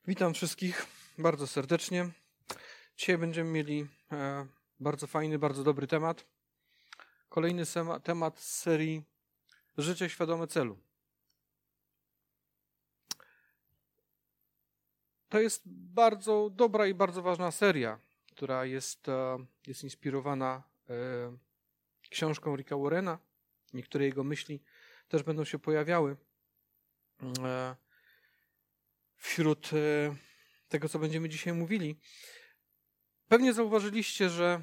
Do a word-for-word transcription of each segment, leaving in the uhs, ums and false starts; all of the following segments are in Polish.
Witam wszystkich bardzo serdecznie. Dzisiaj będziemy mieli e, bardzo fajny, bardzo dobry temat. Kolejny sema, temat z serii Życie świadome celu. To jest bardzo dobra i bardzo ważna seria, która jest, e, jest inspirowana e, książką Ricka Warrena. Niektóre jego myśli też będą się pojawiały e, wśród e, tego, co będziemy dzisiaj mówili. Pewnie zauważyliście, że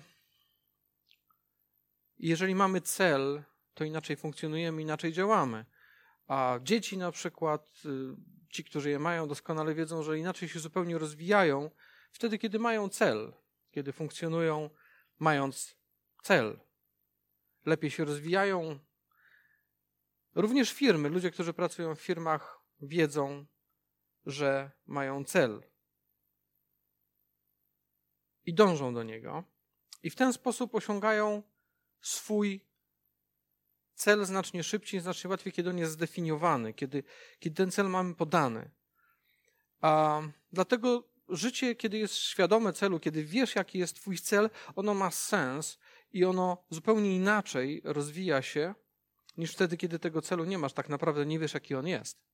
jeżeli mamy cel, to inaczej funkcjonujemy, inaczej działamy. A dzieci na przykład, ci, którzy je mają, doskonale wiedzą, że inaczej się zupełnie rozwijają wtedy, kiedy mają cel, kiedy funkcjonują mając cel. Lepiej się rozwijają. Również firmy, ludzie, którzy pracują w firmach, wiedzą, że mają cel. I dążą do niego. I w ten sposób osiągają swój cel znacznie szybciej, znacznie łatwiej, kiedy on jest zdefiniowany, kiedy, kiedy ten cel mamy podany. A dlatego życie, kiedy jest świadome celu, kiedy wiesz, jaki jest twój cel, ono ma sens i ono zupełnie inaczej rozwija się, niż wtedy, kiedy tego celu nie masz. Tak naprawdę nie wiesz, jaki on jest.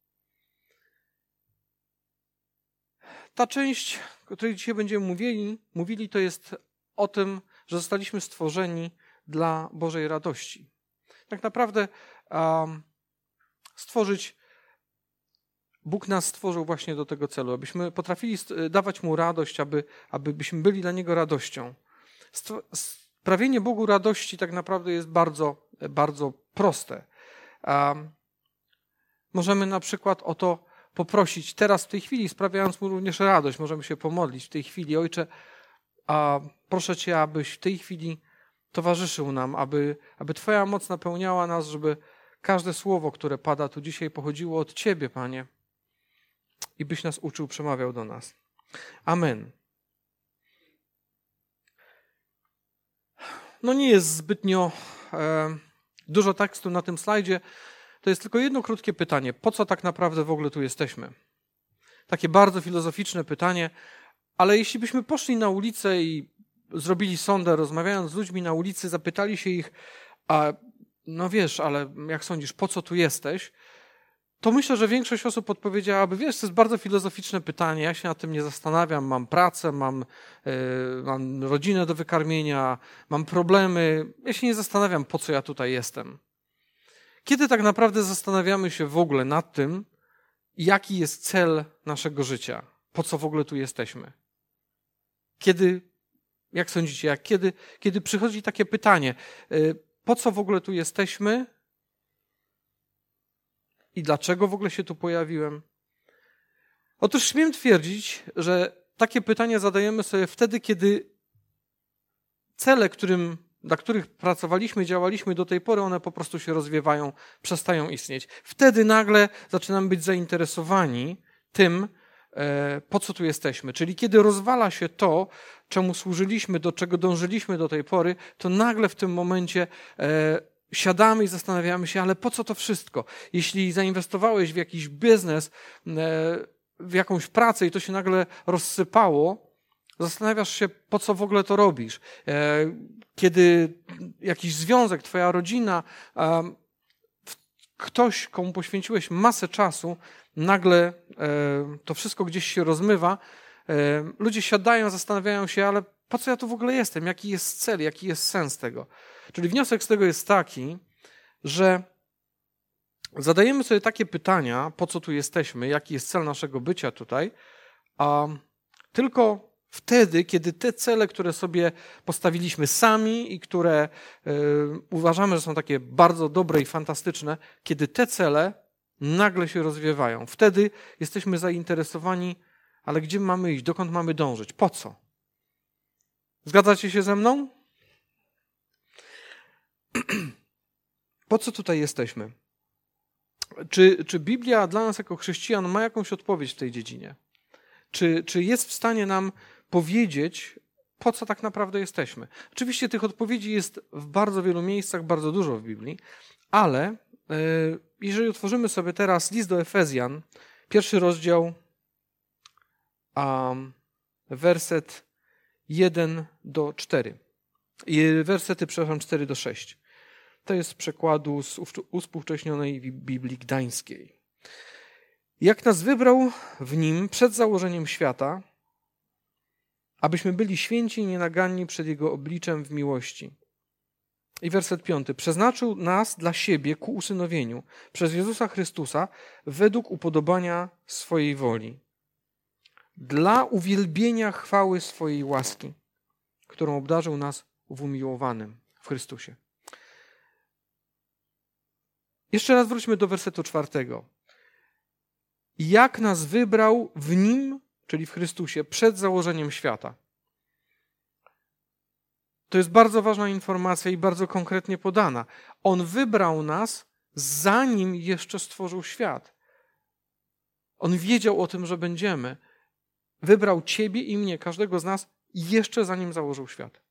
Ta część, o której dzisiaj będziemy mówili, mówili, to jest o tym, że zostaliśmy stworzeni dla Bożej radości. Tak naprawdę um, stworzyć, Bóg nas stworzył właśnie do tego celu, abyśmy potrafili dawać Mu radość, aby, abyśmy byli dla Niego radością. Sprawienie Bogu radości tak naprawdę jest bardzo, bardzo proste. Um, możemy na przykład o to poprosić teraz w tej chwili, sprawiając Mu również radość. Możemy się pomodlić w tej chwili. Ojcze, a proszę Cię, abyś w tej chwili towarzyszył nam, aby, aby Twoja moc napełniała nas, żeby każde słowo, które pada tu dzisiaj, pochodziło od Ciebie, Panie, i byś nas uczył, przemawiał do nas. Amen. No nie jest zbytnio e, dużo tekstu na tym slajdzie. To jest tylko jedno krótkie pytanie. Po co tak naprawdę w ogóle tu jesteśmy? Takie bardzo filozoficzne pytanie, ale jeśli byśmy poszli na ulicę i zrobili sondę, rozmawiając z ludźmi na ulicy, zapytali się ich, a no wiesz, ale jak sądzisz, po co tu jesteś? To myślę, że większość osób odpowiedziałaby, wiesz, to jest bardzo filozoficzne pytanie, ja się nad tym nie zastanawiam, mam pracę, mam, yy, mam rodzinę do wykarmienia, mam problemy, ja się nie zastanawiam, po co ja tutaj jestem. Kiedy tak naprawdę zastanawiamy się w ogóle nad tym, jaki jest cel naszego życia? Po co w ogóle tu jesteśmy? Kiedy, jak sądzicie, jak kiedy, kiedy przychodzi takie pytanie, po co w ogóle tu jesteśmy i dlaczego w ogóle się tu pojawiłem? Otóż śmiem twierdzić, że takie pytania zadajemy sobie wtedy, kiedy cele, którym dla których pracowaliśmy, działaliśmy do tej pory, one po prostu się rozwiewają, przestają istnieć. Wtedy nagle zaczynamy być zainteresowani tym, po co tu jesteśmy. Czyli kiedy rozwala się to, czemu służyliśmy, do czego dążyliśmy do tej pory, to nagle w tym momencie siadamy i zastanawiamy się, ale po co to wszystko? Jeśli zainwestowałeś w jakiś biznes, w jakąś pracę i to się nagle rozsypało, zastanawiasz się, po co w ogóle to robisz. Kiedy jakiś związek, twoja rodzina, ktoś, komu poświęciłeś masę czasu, nagle to wszystko gdzieś się rozmywa, ludzie siadają, zastanawiają się, ale po co ja tu w ogóle jestem? Jaki jest cel? Jaki jest sens tego? Czyli wniosek z tego jest taki, że zadajemy sobie takie pytania, po co tu jesteśmy, jaki jest cel naszego bycia tutaj, a tylko wtedy, kiedy te cele, które sobie postawiliśmy sami i które y, uważamy, że są takie bardzo dobre i fantastyczne, kiedy te cele nagle się rozwiewają. Wtedy jesteśmy zainteresowani, ale gdzie mamy iść, dokąd mamy dążyć, po co? Zgadzacie się ze mną? Po co tutaj jesteśmy? Czy, czy Biblia dla nas jako chrześcijan ma jakąś odpowiedź w tej dziedzinie? Czy, czy jest w stanie nam powiedzieć, po co tak naprawdę jesteśmy? Oczywiście tych odpowiedzi jest w bardzo wielu miejscach, bardzo dużo w Biblii, ale yy, jeżeli otworzymy sobie teraz list do Efezjan, pierwszy rozdział, a werset jeden do czterech. Wersety, przepraszam, cztery do sześciu. To jest z przekładu z uspółcześnionej Biblii Gdańskiej. Jak nas wybrał w Nim przed założeniem świata, abyśmy byli święci i nienaganni przed Jego obliczem w miłości. I werset piąty. Przeznaczył nas dla siebie ku usynowieniu przez Jezusa Chrystusa według upodobania swojej woli. Dla uwielbienia chwały swojej łaski, którą obdarzył nas w umiłowanym w Chrystusie. Jeszcze raz wróćmy do wersetu czwartego. Jak nas wybrał w Nim, czyli w Chrystusie, przed założeniem świata. To jest bardzo ważna informacja i bardzo konkretnie podana. On wybrał nas, zanim jeszcze stworzył świat. On wiedział o tym, że będziemy. Wybrał ciebie i mnie, każdego z nas, jeszcze zanim założył świat.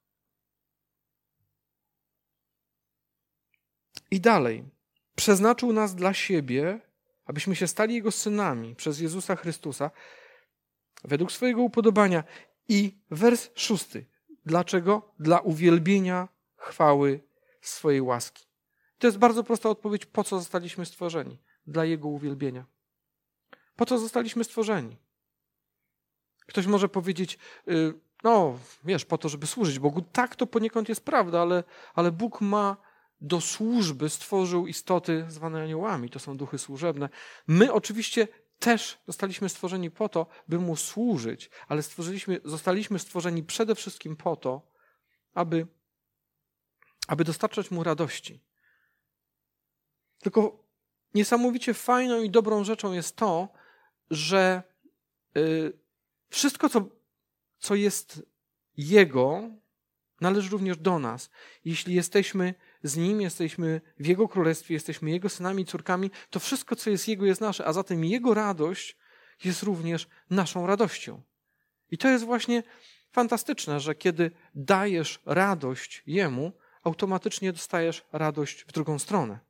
I dalej. Przeznaczył nas dla siebie, abyśmy się stali Jego synami przez Jezusa Chrystusa, według swojego upodobania. I wers szósty. Dlaczego? Dla uwielbienia chwały swojej łaski. To jest bardzo prosta odpowiedź, po co zostaliśmy stworzeni. Dla Jego uwielbienia. Po co zostaliśmy stworzeni? Ktoś może powiedzieć, no wiesz, po to, żeby służyć Bogu. Tak, to poniekąd jest prawda, ale, ale Bóg ma do służby, stworzył istoty zwane aniołami. To są duchy służebne. My oczywiście też zostaliśmy stworzeni po to, by Mu służyć, ale stworzyliśmy, zostaliśmy stworzeni przede wszystkim po to, aby, aby dostarczać Mu radości. Tylko niesamowicie fajną i dobrą rzeczą jest to, że y, wszystko, co, co jest Jego, należy również do nas. Jeśli jesteśmy z Nim, jesteśmy w Jego Królestwie, jesteśmy Jego synami i córkami, to wszystko, co jest Jego, jest nasze, a zatem Jego radość jest również naszą radością. I to jest właśnie fantastyczne, że kiedy dajesz radość Jemu, automatycznie dostajesz radość w drugą stronę.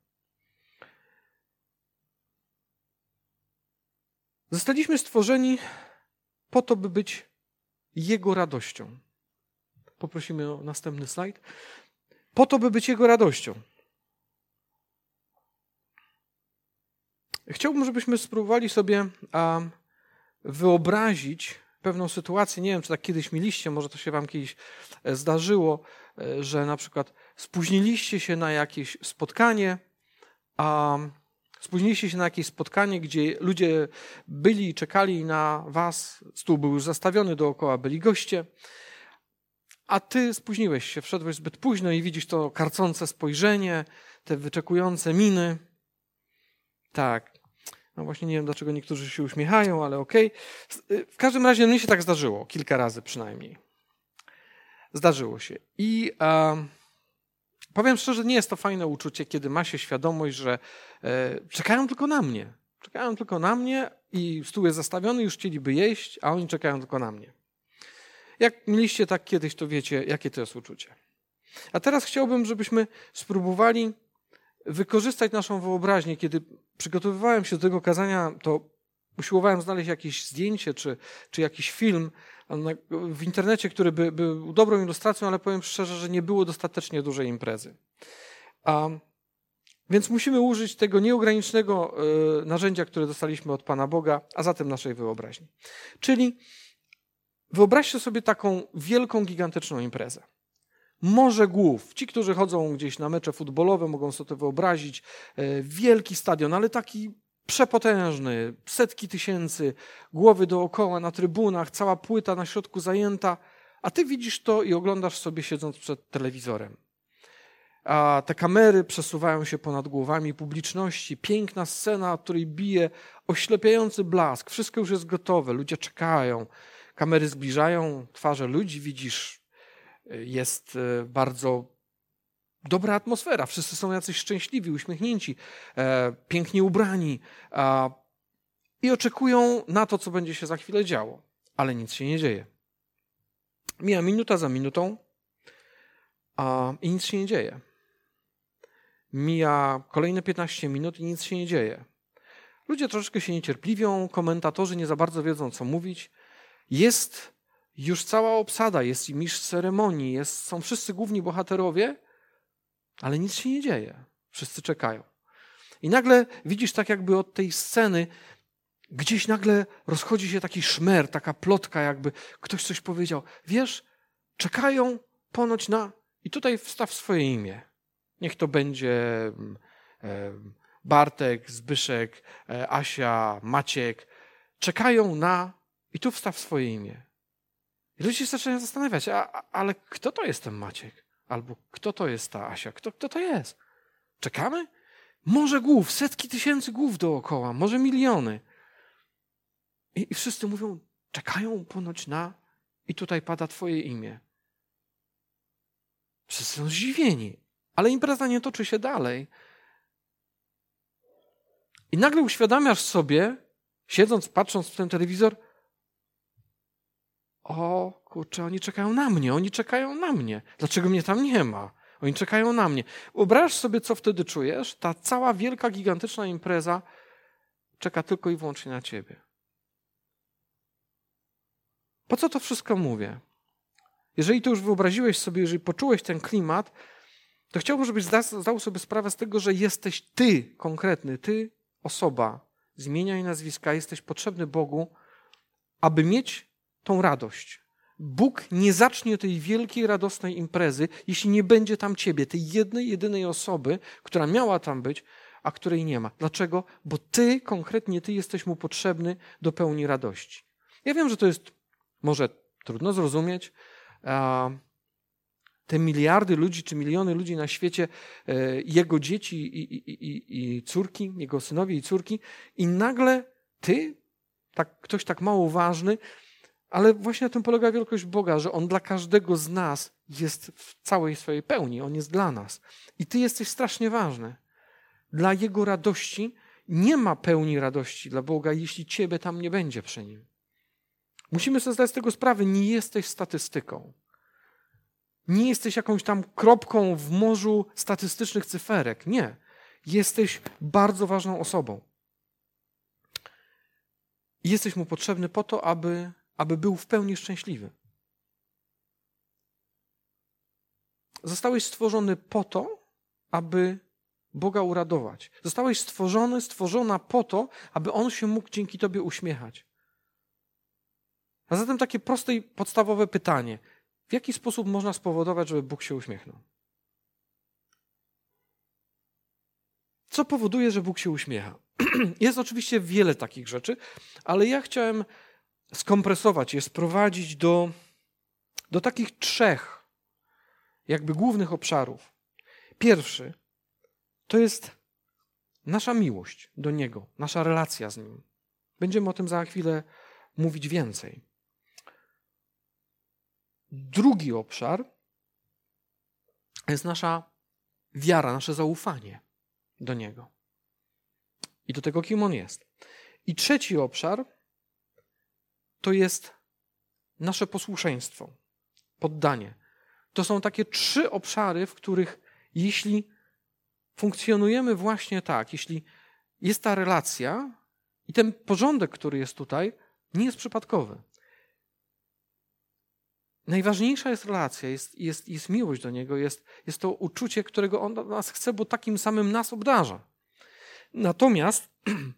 Zostaliśmy stworzeni po to, by być Jego radością. Poprosimy o następny slajd. Po to, by być Jego radością. Chciałbym, żebyśmy spróbowali sobie um, wyobrazić pewną sytuację. Nie wiem, czy tak kiedyś mieliście, może to się wam kiedyś zdarzyło, że na przykład spóźniliście się na jakieś spotkanie, a spóźniliście się na jakieś spotkanie, gdzie ludzie byli i czekali na was, stół był już zastawiony, dookoła byli goście, a ty spóźniłeś się, wszedłeś zbyt późno i widzisz to karcące spojrzenie, te wyczekujące miny. Tak, no właśnie nie wiem, dlaczego niektórzy się uśmiechają, ale okej. Okay. W każdym razie mnie się tak zdarzyło, kilka razy przynajmniej. Zdarzyło się. I um, powiem szczerze, nie jest to fajne uczucie, kiedy ma się świadomość, że e, czekają tylko na mnie. Czekają tylko na mnie i stół jest zastawiony, już chcieliby jeść, a oni czekają tylko na mnie. Jak mieliście tak kiedyś, to wiecie, jakie to jest uczucie. A teraz chciałbym, żebyśmy spróbowali wykorzystać naszą wyobraźnię. Kiedy przygotowywałem się do tego kazania, to usiłowałem znaleźć jakieś zdjęcie czy, czy jakiś film w internecie, który by był dobrą ilustracją, ale powiem szczerze, że nie było dostatecznie dużej imprezy. A, więc musimy użyć tego nieograniczonego y, narzędzia, które dostaliśmy od Pana Boga, a zatem naszej wyobraźni. Czyli wyobraźcie sobie taką wielką, gigantyczną imprezę. Morze głów. Ci, którzy chodzą gdzieś na mecze futbolowe, mogą sobie to wyobrazić. Wielki stadion, ale taki przepotężny. Setki tysięcy, głowy dookoła, na trybunach, cała płyta na środku zajęta. A ty widzisz to i oglądasz sobie siedząc przed telewizorem. A te kamery przesuwają się ponad głowami publiczności. Piękna scena, od której bije oślepiający blask. Wszystko już jest gotowe. Ludzie czekają. Kamery zbliżają twarze ludzi, widzisz, jest bardzo dobra atmosfera. Wszyscy są jacyś szczęśliwi, uśmiechnięci, pięknie ubrani i oczekują na to, co będzie się za chwilę działo. Ale nic się nie dzieje. Mija minuta za minutą i nic się nie dzieje. Mija kolejne piętnaście minut i nic się nie dzieje. Ludzie troszeczkę się niecierpliwią, komentatorzy nie za bardzo wiedzą, co mówić. Jest już cała obsada, jest i mistrz ceremonii, jest, są wszyscy główni bohaterowie, ale nic się nie dzieje. Wszyscy czekają. I nagle widzisz tak jakby od tej sceny gdzieś nagle rozchodzi się taki szmer, taka plotka jakby ktoś coś powiedział. Wiesz, czekają ponoć na... I tutaj wstaw swoje imię. Niech to będzie e, Bartek, Zbyszek, e, Asia, Maciek. Czekają na... I tu wstaw swoje imię. I ludzie się zaczynają zastanawiać, a, a, ale kto to jest ten Maciek? Albo kto to jest ta Asia? Kto, kto to jest? Czekamy? Może głów, setki tysięcy głów dookoła, może miliony. I, I wszyscy mówią, czekają ponoć na... I tutaj pada twoje imię. Wszyscy są zdziwieni, ale impreza nie toczy się dalej. I nagle uświadamiasz sobie, siedząc, patrząc w ten telewizor, o kurczę, oni czekają na mnie, oni czekają na mnie. Dlaczego mnie tam nie ma? Oni czekają na mnie. Wyobraź sobie, co wtedy czujesz. Ta cała wielka, gigantyczna impreza czeka tylko i wyłącznie na ciebie. Po co to wszystko mówię? Jeżeli to już wyobraziłeś sobie, jeżeli poczułeś ten klimat, to chciałbym, żebyś zdał sobie sprawę z tego, że jesteś ty, konkretny, ty, osoba z imienia i nazwiska, jesteś potrzebny Bogu, aby mieć tą radość. Bóg nie zacznie tej wielkiej, radosnej imprezy, jeśli nie będzie tam ciebie, tej jednej, jedynej osoby, która miała tam być, a której nie ma. Dlaczego? Bo ty, konkretnie ty, jesteś mu potrzebny do pełni radości. Ja wiem, że to jest może trudno zrozumieć. Te miliardy ludzi, czy miliony ludzi na świecie, jego dzieci i, i, i, i córki, jego synowie i córki, i nagle ty, tak, ktoś tak mało ważny, ale właśnie na tym polega wielkość Boga, że On dla każdego z nas jest w całej swojej pełni. On jest dla nas. I ty jesteś strasznie ważny. Dla Jego radości nie ma pełni radości dla Boga, jeśli ciebie tam nie będzie przy Nim. Musimy sobie zdać z tego sprawę, nie jesteś statystyką. Nie jesteś jakąś tam kropką w morzu statystycznych cyferek. Nie. Jesteś bardzo ważną osobą. I jesteś Mu potrzebny po to, aby, aby był w pełni szczęśliwy. Zostałeś stworzony po to, aby Boga uradować. Zostałeś stworzony, stworzona po to, aby On się mógł dzięki tobie uśmiechać. A zatem takie proste i podstawowe pytanie. W jaki sposób można spowodować, żeby Bóg się uśmiechnął? Co powoduje, że Bóg się uśmiecha? Jest oczywiście wiele takich rzeczy, ale ja chciałem skompresować je, sprowadzić do, do takich trzech jakby głównych obszarów. Pierwszy to jest nasza miłość do Niego, nasza relacja z Nim. Będziemy o tym za chwilę mówić więcej. Drugi obszar jest nasza wiara, nasze zaufanie do Niego i do tego, kim On jest. I trzeci obszar to jest nasze posłuszeństwo, poddanie. To są takie trzy obszary, w których jeśli funkcjonujemy właśnie tak, jeśli jest ta relacja i ten porządek, który jest tutaj, nie jest przypadkowy. Najważniejsza jest relacja, jest, jest, jest miłość do Niego, jest, jest to uczucie, którego On od nas chce, bo takim samym nas obdarza. Natomiast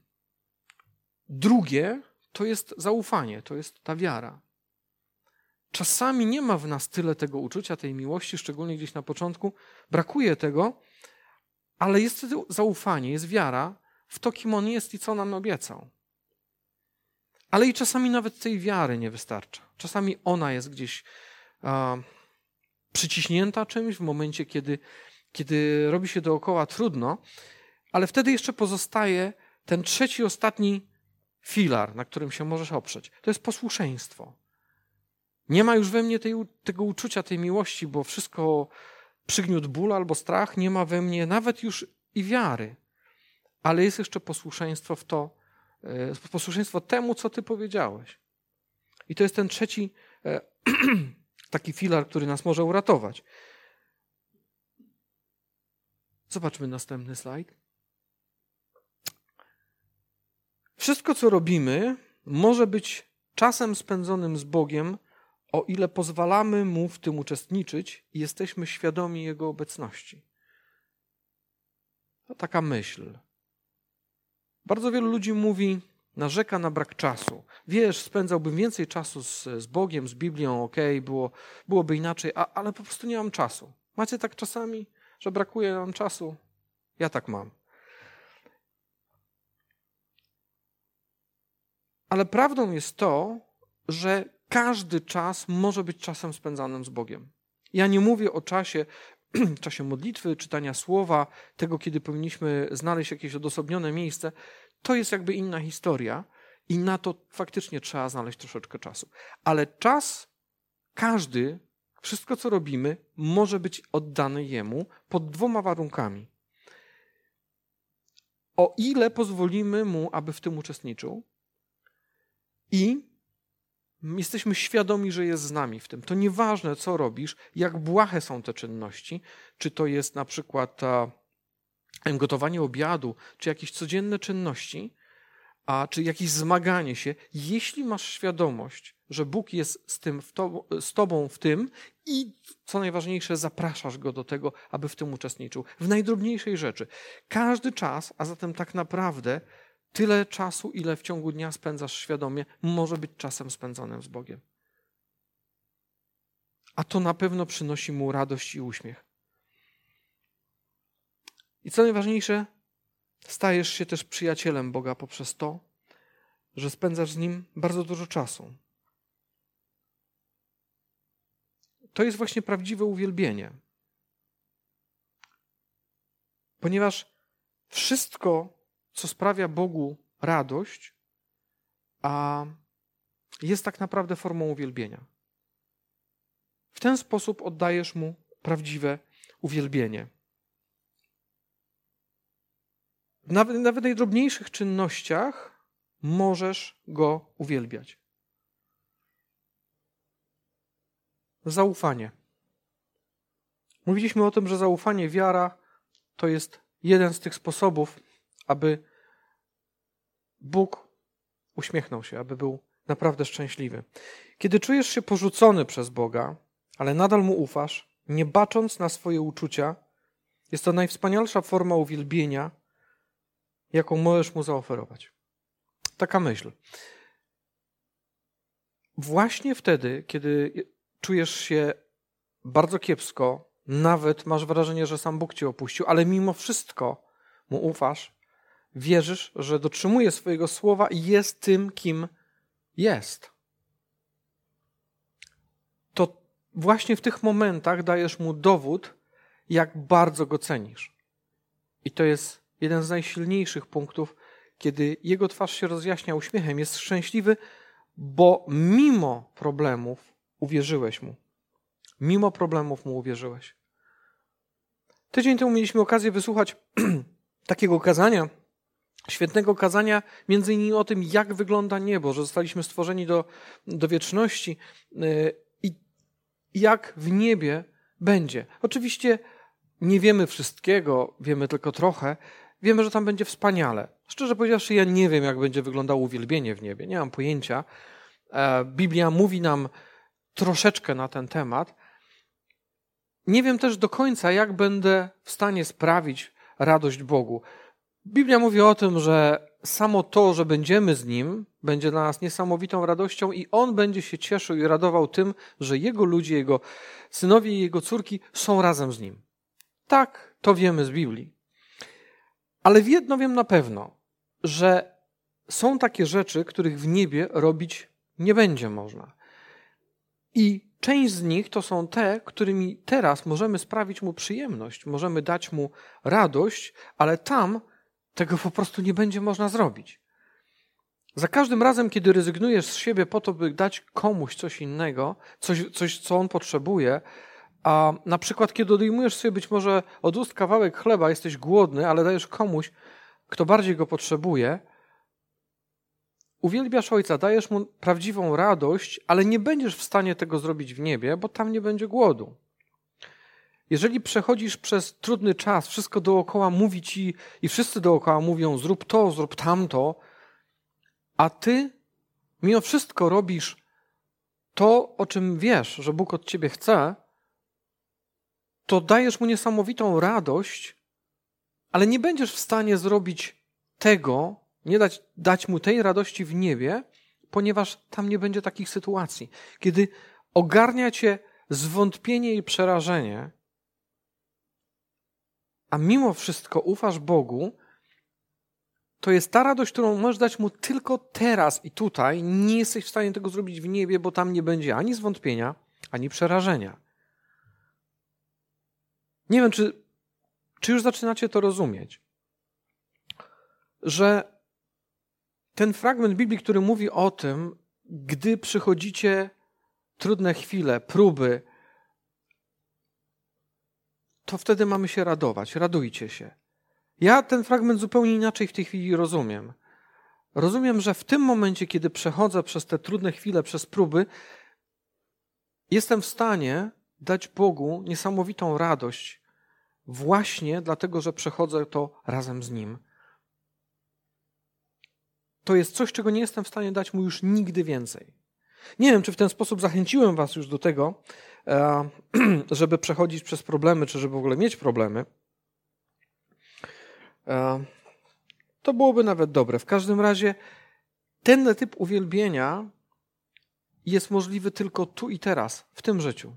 drugie to jest zaufanie, to jest ta wiara. Czasami nie ma w nas tyle tego uczucia, tej miłości, szczególnie gdzieś na początku. Brakuje tego, ale jest wtedy zaufanie, jest wiara w to, kim On jest i co nam obiecał. Ale i czasami nawet tej wiary nie wystarcza. Czasami ona jest gdzieś a, przyciśnięta czymś w momencie, kiedy, kiedy robi się dookoła trudno, ale wtedy jeszcze pozostaje ten trzeci, ostatni filar, na którym się możesz oprzeć. To jest posłuszeństwo. Nie ma już we mnie tej, tego uczucia, tej miłości, bo wszystko przygniótł ból albo strach. Nie ma we mnie nawet już i wiary. Ale jest jeszcze posłuszeństwo w to, posłuszeństwo temu, co Ty powiedziałeś. I to jest ten trzeci taki filar, który nas może uratować. Zobaczmy następny slajd. Wszystko, co robimy, może być czasem spędzonym z Bogiem, o ile pozwalamy Mu w tym uczestniczyć i jesteśmy świadomi Jego obecności. To taka myśl. Bardzo wielu ludzi mówi, narzeka na brak czasu. Wiesz, spędzałbym więcej czasu z, z Bogiem, z Biblią, okej, okay, było, byłoby inaczej, a, ale po prostu nie mam czasu. Macie tak czasami, że brakuje nam czasu? Ja tak mam. Ale prawdą jest to, że każdy czas może być czasem spędzanym z Bogiem. Ja nie mówię o czasie, czasie modlitwy, czytania słowa, tego, kiedy powinniśmy znaleźć jakieś odosobnione miejsce. To jest jakby inna historia i na to faktycznie trzeba znaleźć troszeczkę czasu. Ale czas, każdy, wszystko co robimy, może być oddane Jemu pod dwoma warunkami. O ile pozwolimy Mu, aby w tym uczestniczył i jesteśmy świadomi, że jest z nami w tym. To nieważne, co robisz, jak błahe są te czynności, czy to jest na przykład a, gotowanie obiadu, czy jakieś codzienne czynności, a, czy jakieś zmaganie się. Jeśli masz świadomość, że Bóg jest z, tym w to, z tobą w tym i co najważniejsze, zapraszasz Go do tego, aby w tym uczestniczył. W najdrobniejszej rzeczy. Każdy czas, a zatem tak naprawdę tyle czasu, ile w ciągu dnia spędzasz świadomie, może być czasem spędzonym z Bogiem. A to na pewno przynosi Mu radość i uśmiech. I co najważniejsze, stajesz się też przyjacielem Boga poprzez to, że spędzasz z Nim bardzo dużo czasu. To jest właśnie prawdziwe uwielbienie. Ponieważ wszystko, co sprawia Bogu radość, a jest tak naprawdę formą uwielbienia. W ten sposób oddajesz Mu prawdziwe uwielbienie. Nawet, nawet w najdrobniejszych czynnościach możesz Go uwielbiać. Zaufanie. Mówiliśmy o tym, że zaufanie, wiara to jest jeden z tych sposobów, aby Bóg uśmiechnął się, aby był naprawdę szczęśliwy. Kiedy czujesz się porzucony przez Boga, ale nadal Mu ufasz, nie bacząc na swoje uczucia, jest to najwspanialsza forma uwielbienia, jaką możesz Mu zaoferować. Taka myśl. Właśnie wtedy, kiedy czujesz się bardzo kiepsko, nawet masz wrażenie, że sam Bóg cię opuścił, ale mimo wszystko Mu ufasz, wierzysz, że dotrzymuje swojego słowa i jest tym, kim jest. To właśnie w tych momentach dajesz Mu dowód, jak bardzo Go cenisz. I to jest jeden z najsilniejszych punktów, kiedy Jego twarz się rozjaśnia uśmiechem. Jest szczęśliwy, bo mimo problemów uwierzyłeś Mu. Mimo problemów Mu uwierzyłeś. Tydzień temu mieliśmy okazję wysłuchać takiego kazania, świetnego kazania, między innymi o tym, jak wygląda niebo, że zostaliśmy stworzeni do, do wieczności i jak w niebie będzie. Oczywiście nie wiemy wszystkiego, wiemy tylko trochę. Wiemy, że tam będzie wspaniale. Szczerze powiedziawszy, ja nie wiem, jak będzie wyglądało uwielbienie w niebie. Nie mam pojęcia. Biblia mówi nam troszeczkę na ten temat. Nie wiem też do końca, jak będę w stanie sprawić radość Bogu. Biblia mówi o tym, że samo to, że będziemy z Nim, będzie dla nas niesamowitą radością i On będzie się cieszył i radował tym, że Jego ludzie, Jego synowie i Jego córki są razem z Nim. Tak, to wiemy z Biblii. Ale w jedno wiem na pewno, że są takie rzeczy, których w niebie robić nie będzie można. I część z nich to są te, którymi teraz możemy sprawić Mu przyjemność, możemy dać Mu radość, ale tam tego po prostu nie będzie można zrobić. Za każdym razem, kiedy rezygnujesz z siebie po to, by dać komuś coś innego, coś, coś co on potrzebuje, a na przykład, kiedy odejmujesz sobie być może od ust kawałek chleba, jesteś głodny, ale dajesz komuś, kto bardziej go potrzebuje, uwielbiasz Ojca, dajesz Mu prawdziwą radość, ale nie będziesz w stanie tego zrobić w niebie, bo tam nie będzie głodu. Jeżeli przechodzisz przez trudny czas, wszystko dookoła mówi ci i wszyscy dookoła mówią zrób to, zrób tamto, a ty mimo wszystko robisz to, o czym wiesz, że Bóg od ciebie chce, to dajesz mu niesamowitą radość, ale nie będziesz w stanie zrobić tego, nie dać, dać mu tej radości w niebie, ponieważ tam nie będzie takich sytuacji. Kiedy ogarnia cię zwątpienie i przerażenie, a mimo wszystko ufasz Bogu, to jest ta radość, którą możesz dać mu tylko teraz i tutaj. Nie jesteś w stanie tego zrobić w niebie, bo tam nie będzie ani zwątpienia, ani przerażenia. Nie wiem, czy, czy już zaczynacie to rozumieć, że ten fragment Biblii, który mówi o tym, gdy przychodzicie trudne chwile, próby, to wtedy mamy się radować. Radujcie się. Ja ten fragment zupełnie inaczej w tej chwili rozumiem. Rozumiem, że w tym momencie, kiedy przechodzę przez te trudne chwile, przez próby, jestem w stanie dać Bogu niesamowitą radość właśnie dlatego, że przechodzę to razem z Nim. To jest coś, czego nie jestem w stanie dać Mu już nigdy więcej. Nie wiem, czy w ten sposób zachęciłem was już do tego, żeby przechodzić przez problemy, czy żeby w ogóle mieć problemy. To byłoby nawet dobre. W każdym razie ten typ uwielbienia jest możliwy tylko tu i teraz, w tym życiu.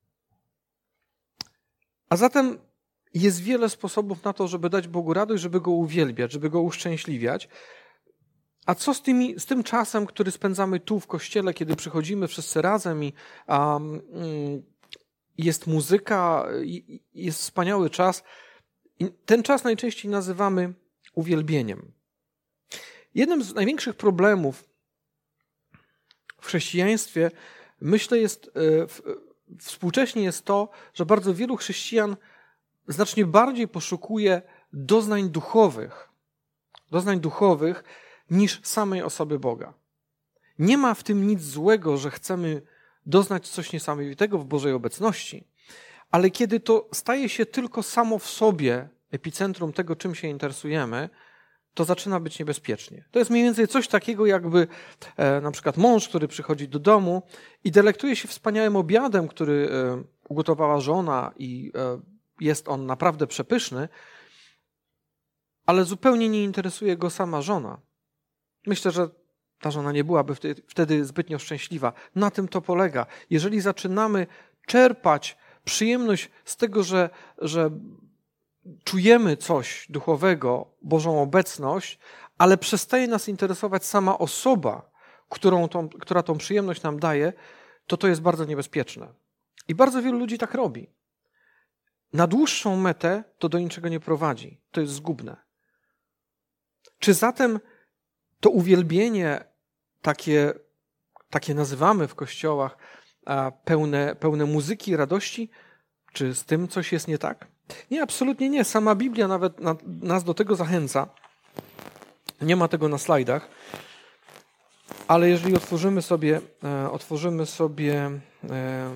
A zatem jest wiele sposobów na to, żeby dać Bogu radość, żeby Go uwielbiać, żeby Go uszczęśliwiać. A co z, tymi, z tym czasem, który spędzamy tu w kościele, kiedy przychodzimy wszyscy razem i um, jest muzyka, i, jest wspaniały czas. I ten czas najczęściej nazywamy uwielbieniem. Jednym z największych problemów w chrześcijaństwie, myślę, jest w, współcześnie jest to, że bardzo wielu chrześcijan znacznie bardziej poszukuje doznań duchowych, doznań duchowych, niż samej osoby Boga. Nie ma w tym nic złego, że chcemy doznać coś niesamowitego w Bożej obecności, ale kiedy to staje się tylko samo w sobie epicentrum tego, czym się interesujemy, to zaczyna być niebezpiecznie. To jest mniej więcej coś takiego, jakby e, na przykład mąż, który przychodzi do domu i delektuje się wspaniałym obiadem, który e, ugotowała żona i e, jest on naprawdę przepyszny, ale zupełnie nie interesuje go sama żona. Myślę, że ta żona nie byłaby wtedy zbytnio szczęśliwa. Na tym to polega. Jeżeli zaczynamy czerpać przyjemność z tego, że, że czujemy coś duchowego, Bożą obecność, ale przestaje nas interesować sama osoba, którą tą, która tą przyjemność nam daje, to to jest bardzo niebezpieczne. I bardzo wielu ludzi tak robi. Na dłuższą metę to do niczego nie prowadzi. To jest zgubne. Czy zatem to uwielbienie, takie, takie nazywamy w kościołach, pełne, pełne muzyki i radości, czy z tym coś jest nie tak? Nie, absolutnie nie. Sama Biblia nawet na, nas do tego zachęca. Nie ma tego na slajdach, ale jeżeli otworzymy sobie, e, otworzymy sobie e,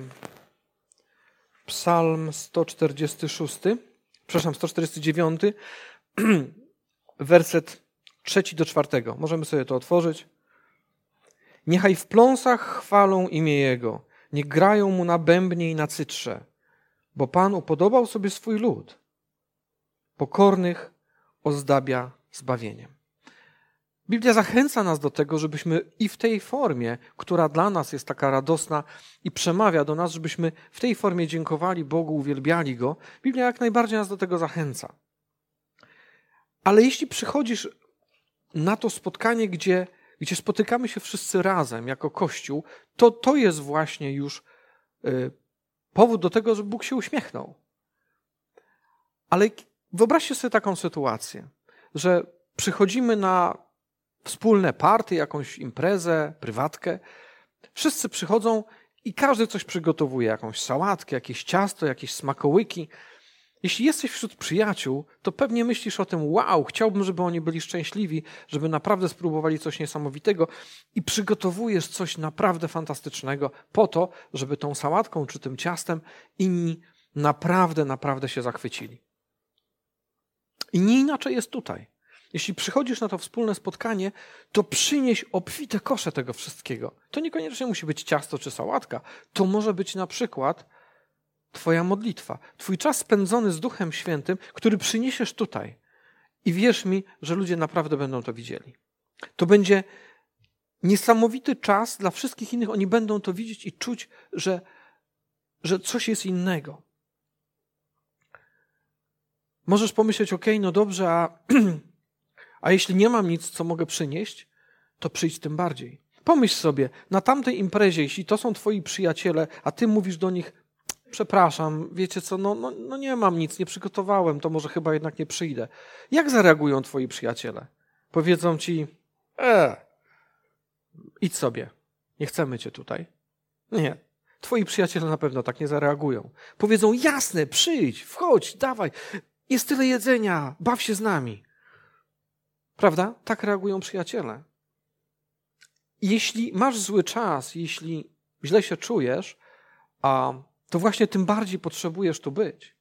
Psalm sto czterdziesty szósty, przepraszam, sto czterdziesty dziewiąty, werset trzeci do czwartego. Możemy sobie to otworzyć. Niechaj w pląsach chwalą imię Jego, niech grają Mu na bębnie i na cytrze, bo Pan upodobał sobie swój lud. Pokornych ozdabia zbawieniem. Biblia zachęca nas do tego, żebyśmy i w tej formie, która dla nas jest taka radosna i przemawia do nas, żebyśmy w tej formie dziękowali Bogu, uwielbiali Go. Biblia jak najbardziej nas do tego zachęca. Ale jeśli przychodzisz na to spotkanie, gdzie, gdzie spotykamy się wszyscy razem jako Kościół, to to jest właśnie już y, powód do tego, że Bóg się uśmiechnął. Ale wyobraźcie sobie taką sytuację, że przychodzimy na wspólne party, jakąś imprezę, prywatkę. Wszyscy przychodzą i każdy coś przygotowuje, jakąś sałatkę, jakieś ciasto, jakieś smakołyki. Jeśli jesteś wśród przyjaciół, to pewnie myślisz o tym, wow, chciałbym, żeby oni byli szczęśliwi, żeby naprawdę spróbowali coś niesamowitego i przygotowujesz coś naprawdę fantastycznego po to, żeby tą sałatką czy tym ciastem inni naprawdę, naprawdę się zachwycili. I nie inaczej jest tutaj. Jeśli przychodzisz na to wspólne spotkanie, to przynieś obfite kosze tego wszystkiego. To niekoniecznie musi być ciasto czy sałatka. To może być na przykład twoja modlitwa. Twój czas spędzony z Duchem Świętym, który przyniesiesz tutaj. I wierz mi, że ludzie naprawdę będą to widzieli. To będzie niesamowity czas dla wszystkich innych. Oni będą to widzieć i czuć, że, że coś jest innego. Możesz pomyśleć, okej, okay, no dobrze, a, a jeśli nie mam nic, co mogę przynieść, to przyjdź tym bardziej. Pomyśl sobie, na tamtej imprezie, jeśli to są twoi przyjaciele, a ty mówisz do nich, przepraszam, wiecie co, no, no, no nie mam nic, nie przygotowałem, to może chyba jednak nie przyjdę. Jak zareagują twoi przyjaciele? Powiedzą ci, e, idź sobie, nie chcemy cię tutaj. Nie, twoi przyjaciele na pewno tak nie zareagują. Powiedzą, jasne, przyjdź, wchodź, dawaj, jest tyle jedzenia, baw się z nami. Prawda? Tak reagują przyjaciele. Jeśli masz zły czas, jeśli źle się czujesz, a to właśnie tym bardziej potrzebujesz tu być.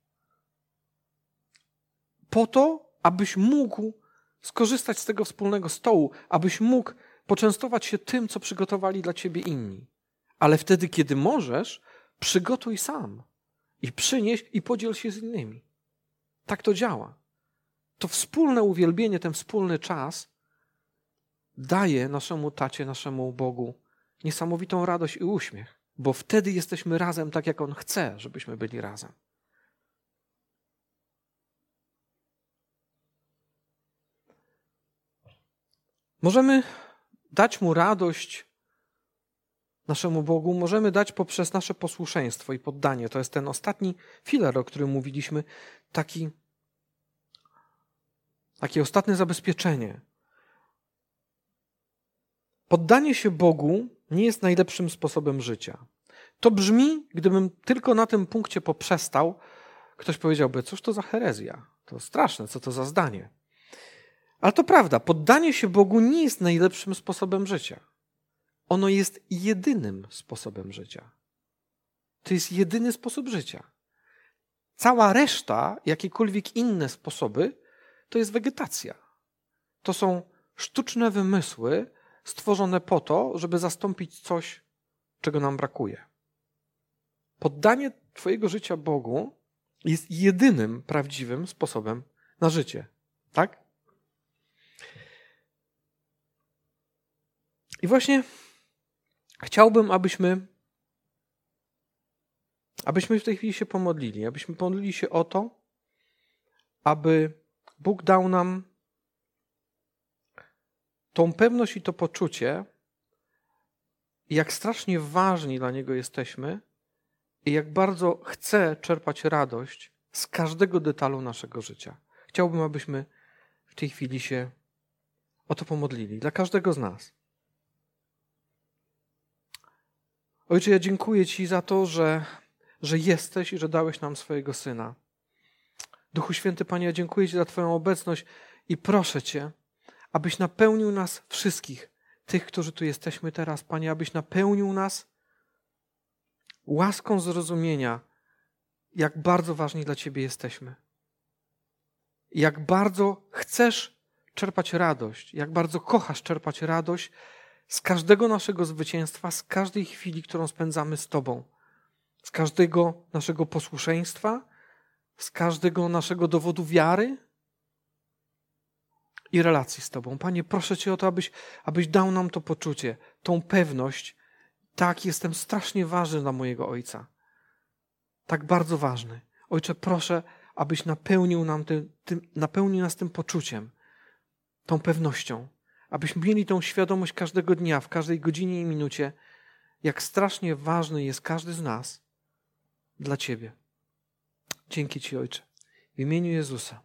Po to, abyś mógł skorzystać z tego wspólnego stołu, abyś mógł poczęstować się tym, co przygotowali dla ciebie inni. Ale wtedy, kiedy możesz, przygotuj sam i przynieś i podziel się z innymi. Tak to działa. To wspólne uwielbienie, ten wspólny czas daje naszemu tacie, naszemu Bogu niesamowitą radość i uśmiech, bo wtedy jesteśmy razem tak, jak On chce, żebyśmy byli razem. Możemy dać Mu radość, naszemu Bogu, możemy dać poprzez nasze posłuszeństwo i poddanie. To jest ten ostatni filar, o którym mówiliśmy, taki, takie ostatnie zabezpieczenie. Poddanie się Bogu nie jest najlepszym sposobem życia. To brzmi, gdybym tylko na tym punkcie poprzestał, ktoś powiedziałby, cóż to za herezja? To straszne, co to za zdanie? Ale to prawda, poddanie się Bogu nie jest najlepszym sposobem życia. Ono jest jedynym sposobem życia. To jest jedyny sposób życia. Cała reszta, jakiekolwiek inne sposoby, to jest wegetacja. To są sztuczne wymysły stworzone po to, żeby zastąpić coś, czego nam brakuje. Poddanie twojego życia Bogu jest jedynym prawdziwym sposobem na życie. Tak? I właśnie chciałbym, abyśmy, abyśmy w tej chwili się pomodlili, abyśmy pomodlili się o to, aby Bóg dał nam tą pewność i to poczucie, jak strasznie ważni dla Niego jesteśmy i jak bardzo chce czerpać radość z każdego detalu naszego życia. Chciałbym, abyśmy w tej chwili się o to pomodlili, dla każdego z nas. Ojcze, ja dziękuję Ci za to, że, że jesteś i że dałeś nam swojego Syna. Duchu Święty, Panie, ja dziękuję Ci za Twoją obecność i proszę Cię, abyś napełnił nas wszystkich, tych, którzy tu jesteśmy teraz, Panie, abyś napełnił nas łaską zrozumienia, jak bardzo ważni dla Ciebie jesteśmy. Jak bardzo chcesz czerpać radość, jak bardzo kochasz czerpać radość z każdego naszego zwycięstwa, z każdej chwili, którą spędzamy z Tobą, z każdego naszego posłuszeństwa, z każdego naszego dowodu wiary i relacji z Tobą. Panie, proszę Cię o to, abyś, abyś dał nam to poczucie, tą pewność. Tak, jestem strasznie ważny dla mojego Ojca. Tak bardzo ważny. Ojcze, proszę, abyś napełnił, nam tym, tym, napełnił nas tym poczuciem, tą pewnością. Abyśmy mieli tą świadomość każdego dnia, w każdej godzinie i minucie, jak strasznie ważny jest każdy z nas dla Ciebie. Dzięki Ci, Ojcze. W imieniu Jezusa.